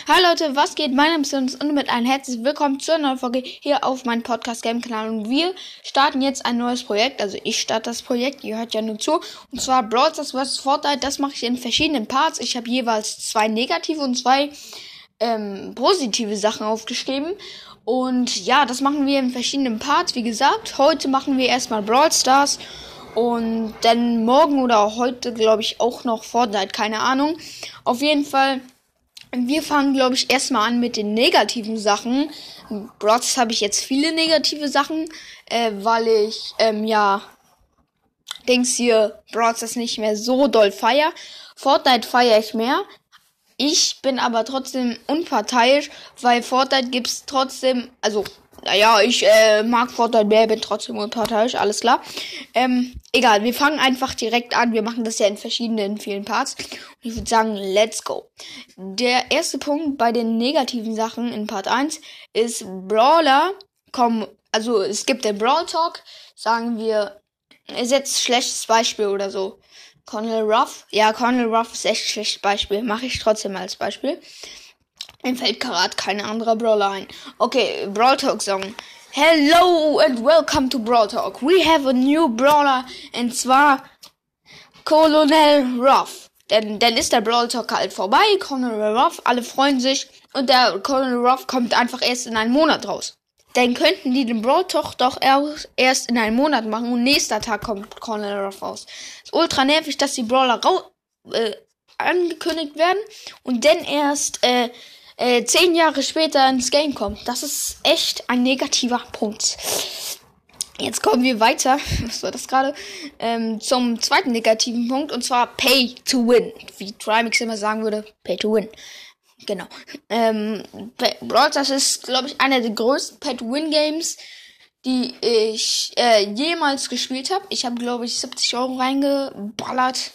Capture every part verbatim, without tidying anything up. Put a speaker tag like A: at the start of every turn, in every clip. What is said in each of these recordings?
A: Hi Leute, was geht? Mein Name ist Jonas und mit einem herzlichen Willkommen zur neuen Folge hier auf meinem Podcast-Game-Kanal. Und wir starten jetzt ein neues Projekt, also ich starte das Projekt, ihr hört ja nur zu. Und zwar Brawl Stars versus. Fortnite, das mache ich in verschiedenen Parts. Ich habe jeweils zwei negative und zwei ähm, positive Sachen aufgeschrieben. Und ja, das machen wir in verschiedenen Parts, wie gesagt. Heute machen wir erstmal Brawl Stars. Und dann morgen oder heute, glaube ich, auch noch Fortnite, keine Ahnung. Auf jeden Fall, wir fangen, glaube ich, erstmal an mit den negativen Sachen. Brawl Stars habe ich jetzt viele negative Sachen, äh, weil ich, ähm, ja, denkst hier, Brawl Stars nicht mehr so doll feier. Fortnite feiere ich mehr. Ich bin aber trotzdem unparteiisch, weil Fortnite gibt's trotzdem, also, naja, ich äh, mag Fortnite mehr, bin trotzdem unparteiisch, alles klar. Ähm, egal, wir fangen einfach direkt an. Wir machen das ja in verschiedenen, in vielen Parts. Und ich würde sagen, let's go. Der erste Punkt bei den negativen Sachen in Part eins ist Brawler. Komm, also es gibt den Brawl Talk, sagen wir, ist jetzt schlechtes Beispiel oder so. Colonel Ruff, ja, Colonel Ruff ist echt ein schlechtes Beispiel, mache ich trotzdem als Beispiel. Mir fällt gerade kein anderer Brawler ein. Okay, Brawl Talk Song. Hello and welcome to Brawl Talk. We have a new Brawler, und zwar Colonel Ruff. Denn dann ist der Brawl Talk halt vorbei, Colonel Ruff, alle freuen sich und der Colonel Ruff kommt einfach erst in einem Monat raus. Dann könnten die den Brawl Talk doch erst in einem Monat machen und nächster Tag kommt Colonel Ruff raus. Ist ultra nervig, dass die Brawler rau äh, angekündigt werden und dann erst äh, Äh, zehn Jahre später ins Game kommt. Das ist echt ein negativer Punkt. Jetzt kommen wir weiter, was war das gerade, ähm, zum zweiten negativen Punkt, und zwar Pay to Win. Wie Trimix immer sagen würde, Pay to Win. Genau. Ähm, Brawl Stars ist, glaube ich, einer der größten Pay to Win Games, die ich äh, jemals gespielt habe. Ich habe, glaube ich, siebzig Euro reingeballert.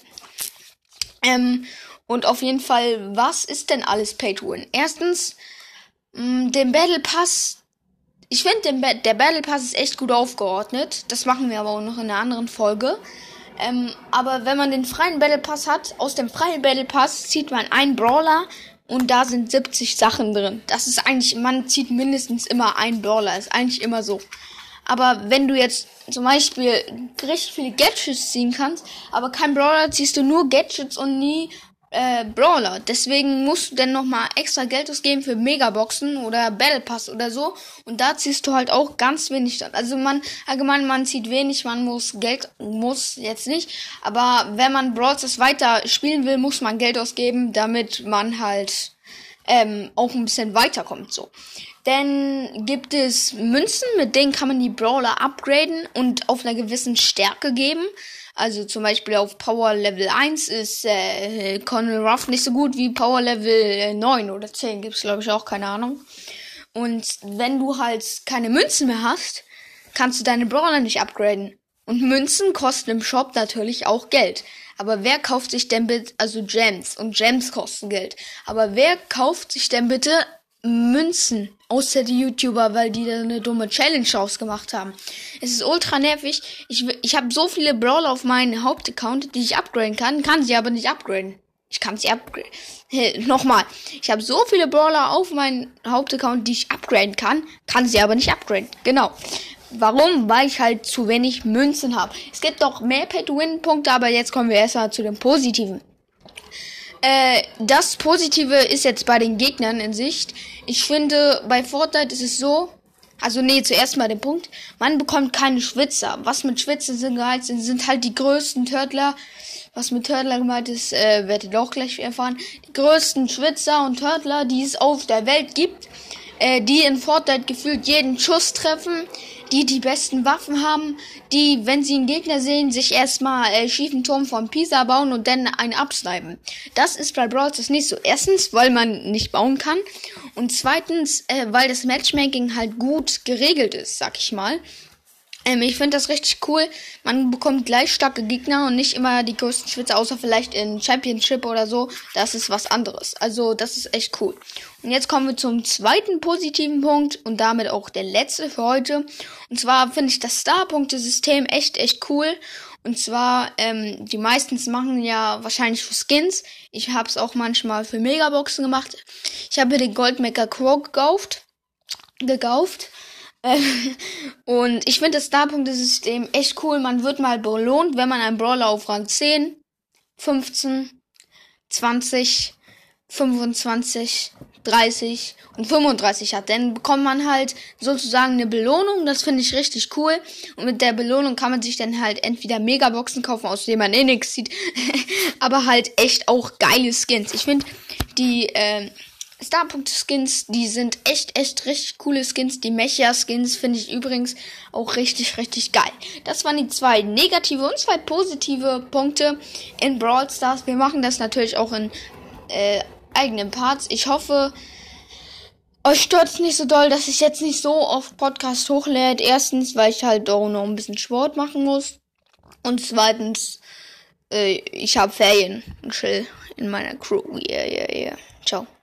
A: Ähm, Und auf jeden Fall, was ist denn alles Pay to Win? Erstens, mh, den Battle Pass. Ich finde, ba- der Battle Pass ist echt gut aufgeordnet. Das machen wir aber auch noch in einer anderen Folge. Ähm, aber wenn man den freien Battle Pass hat, aus dem freien Battle Pass zieht man einen Brawler und da sind siebzig Sachen drin. Das ist eigentlich, man zieht mindestens immer einen Brawler. Ist eigentlich immer so. Aber wenn du jetzt zum Beispiel richtig viele Gadgets ziehen kannst, aber kein Brawler, ziehst du nur Gadgets und nie Äh, Brawler. Deswegen musst du dann nochmal extra Geld ausgeben für Megaboxen oder Battle Pass oder so. Und da ziehst du halt auch ganz wenig dann. Also man, allgemein, man zieht wenig, man muss Geld, muss jetzt nicht. Aber wenn man Brawl Stars weiter spielen will, muss man Geld ausgeben, damit man halt ähm, auch ein bisschen weiterkommt, so. Dann gibt es Münzen, mit denen kann man die Brawler upgraden und auf einer gewissen Stärke geben. Also zum Beispiel auf Power Level eins ist äh, Colonel Ruff nicht so gut wie Power Level neun oder zehn. Gibt's, glaube ich, auch, keine Ahnung. Und wenn du halt keine Münzen mehr hast, kannst du deine Brawler nicht upgraden. Und Münzen kosten im Shop natürlich auch Geld. Aber wer kauft sich denn bitte, also Gems, und Gems kosten Geld. Aber wer kauft sich denn bitte Münzen, außer die YouTuber, weil die da eine dumme Challenge rausgemacht haben. Es ist ultra nervig. Ich, ich habe so viele Brawler auf meinem Hauptaccount, die ich upgraden kann, kann sie aber nicht upgraden. Ich kann sie upgraden. Hey, nochmal. Ich habe so viele Brawler auf meinem Hauptaccount, die ich upgraden kann, kann sie aber nicht upgraden. Genau. Warum? Weil ich halt zu wenig Münzen habe. Es gibt doch mehr Pay-to-Win-Punkte, aber jetzt kommen wir erstmal zu den positiven. Äh, das Positive ist jetzt bei den Gegnern in Sicht. Ich finde, bei Fortnite ist es so, also nee, zuerst mal den Punkt, man bekommt keine Schwitzer. Was mit Schwitzer sind gehalten sind, sind halt die größten Turtler. Was mit Turtler gemeint ist, äh, werdet ihr auch gleich erfahren. Die größten Schwitzer und Turtler, die es auf der Welt gibt, äh, die in Fortnite gefühlt jeden Schuss treffen, die die besten Waffen haben, die, wenn sie einen Gegner sehen, sich erstmal äh, schiefen Turm von Pisa bauen und dann einen absnipen. Das ist bei Brawl Stars nicht so. Erstens, weil man nicht bauen kann, und zweitens, äh, weil das Matchmaking halt gut geregelt ist, sag ich mal. Ähm, ich finde das richtig cool. Man bekommt gleich starke Gegner und nicht immer die größten Schwitzer, außer vielleicht in Championship oder so. Das ist was anderes. Also, das ist echt cool. Und jetzt kommen wir zum zweiten positiven Punkt und damit auch der letzte für heute. Und zwar finde ich das Star-Punkte-System echt, echt cool. Und zwar, ähm, die meistens machen ja wahrscheinlich für Skins. Ich habe es auch manchmal für Megaboxen gemacht. Ich habe mir den Gold Mecha Crow gekauft. gekauft. Und ich finde das Star-Punkte-System echt cool. Man wird mal belohnt, wenn man einen Brawler auf Rang zehn, fünfzehn, zwanzig, fünfundzwanzig, dreißig und fünfunddreißig hat. Dann bekommt man halt sozusagen eine Belohnung. Das finde ich richtig cool. Und mit der Belohnung kann man sich dann halt entweder Megaboxen kaufen, aus denen man eh nichts sieht. Aber halt echt auch geile Skins. Ich finde die äh, Star-Punkte-Skins, die sind echt, echt richtig coole Skins. Die Mecha-Skins finde ich übrigens auch richtig, richtig geil. Das waren die zwei negative und zwei positive Punkte in Brawl Stars. Wir machen das natürlich auch in äh, eigenen Parts. Ich hoffe, euch stört es nicht so doll, dass ich jetzt nicht so oft Podcast hochlädt. Erstens, weil ich halt auch noch ein bisschen Sport machen muss. Und zweitens, äh, ich habe Ferien und chill in meiner Crew. Yeah, yeah, yeah. Ciao.